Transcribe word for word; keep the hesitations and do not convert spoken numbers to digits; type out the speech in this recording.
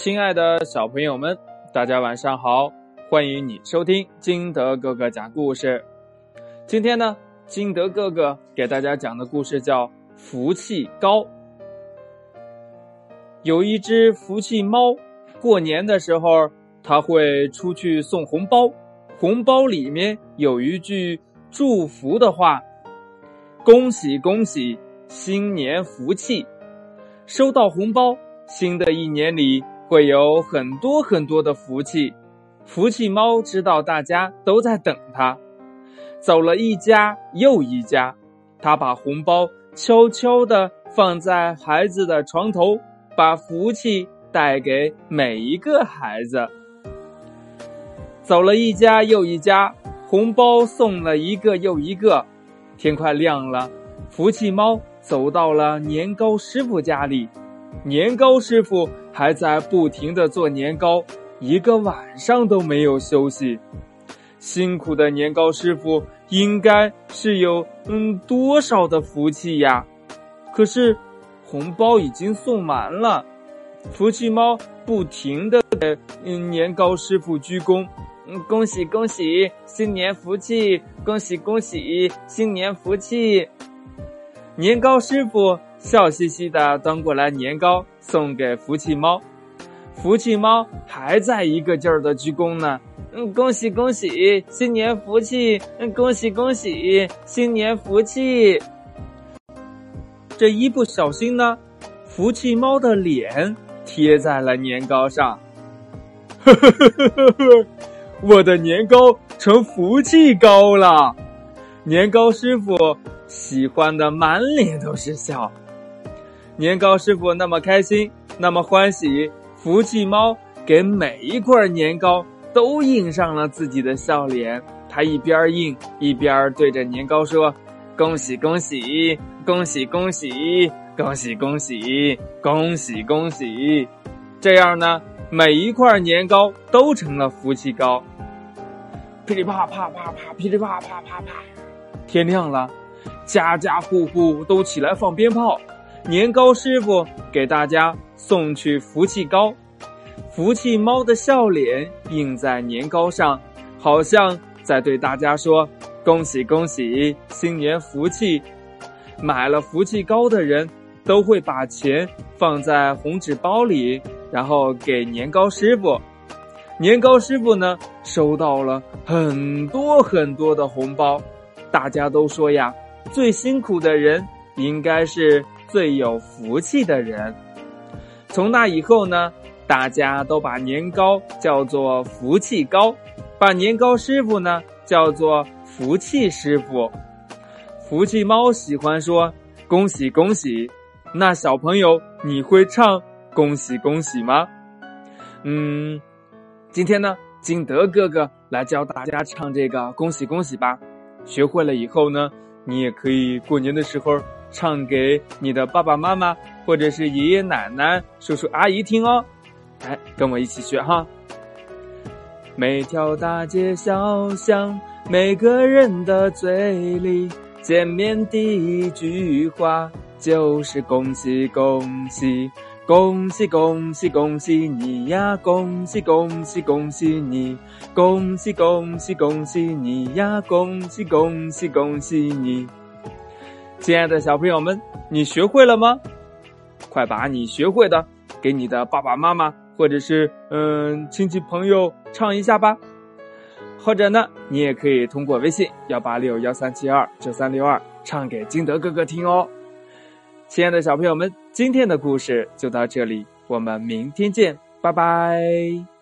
亲爱的小朋友们，大家晚上好，欢迎你收听金德哥哥讲故事。今天呢，金德哥哥给大家讲的故事叫福气高。有一只福气猫，过年的时候它会出去送红包，红包里面有一句祝福的话：恭喜恭喜，新年福气。收到红包，新的一年里会有很多很多的福气。福气猫知道大家都在等它，走了一家又一家，它把红包悄悄地放在孩子的床头，把福气带给每一个孩子。走了一家又一家，红包送了一个又一个。天快亮了，福气猫走到了年糕师傅家里，年糕师傅还在不停地做年糕，一个晚上都没有休息。辛苦的年糕师傅应该是有嗯多少的福气呀？可是红包已经送完了，福气猫不停地给嗯年糕师傅鞠躬，嗯，恭喜恭喜，新年福气！恭喜恭喜，新年福气！年糕师傅笑嘻嘻地端过来年糕，送给福气猫。福气猫还在一个劲儿的鞠躬呢，嗯，恭喜恭喜，新年福气！嗯，恭喜恭喜，新年福气！这一不小心呢，福气猫的脸贴在了年糕上。呵呵呵呵呵，我的年糕成福气糕了！年糕师傅喜欢的满脸都是笑。年糕师傅那么开心，那么欢喜，福气猫给每一块年糕都印上了自己的笑脸。他一边印一边对着年糕说：恭喜恭喜，恭喜恭喜，恭喜恭喜，恭喜恭喜。这样呢，每一块年糕都成了福气糕。噼里啪啪啪啪，噼里啪啪啪啪。天亮了，家家户户都起来放鞭炮，年糕师傅给大家送去福气糕。福气猫的笑脸印在年糕上，好像在对大家说：恭喜恭喜，新年福气！买了福气糕的人都会把钱放在红纸包里，然后给年糕师傅。年糕师傅呢，收到了很多很多的红包。大家都说呀，最辛苦的人应该是最有福气的人。从那以后呢，大家都把年糕叫做福气糕，把年糕师傅呢叫做福气师傅。福气猫喜欢说恭喜恭喜，那小朋友你会唱恭喜恭喜吗？嗯，今天呢，金德哥哥来教大家唱这个恭喜恭喜吧。学会了以后呢，你也可以过年的时候唱给你的爸爸妈妈或者是爷爷奶奶叔叔阿姨听哦。来，跟我一起学哈。每条大街小巷，每个人的嘴里，见面第一句话就是恭喜恭喜，恭喜恭喜恭喜你呀，恭喜恭喜恭喜你，恭喜恭喜恭喜你呀，恭喜恭喜恭喜你。亲爱的小朋友们，你学会了吗？快把你学会的给你的爸爸妈妈或者是嗯亲戚朋友唱一下吧。或者呢，你也可以通过微信幺八六幺三七二九三六二唱给金德哥哥听哦。亲爱的小朋友们，今天的故事就到这里，我们明天见，拜拜。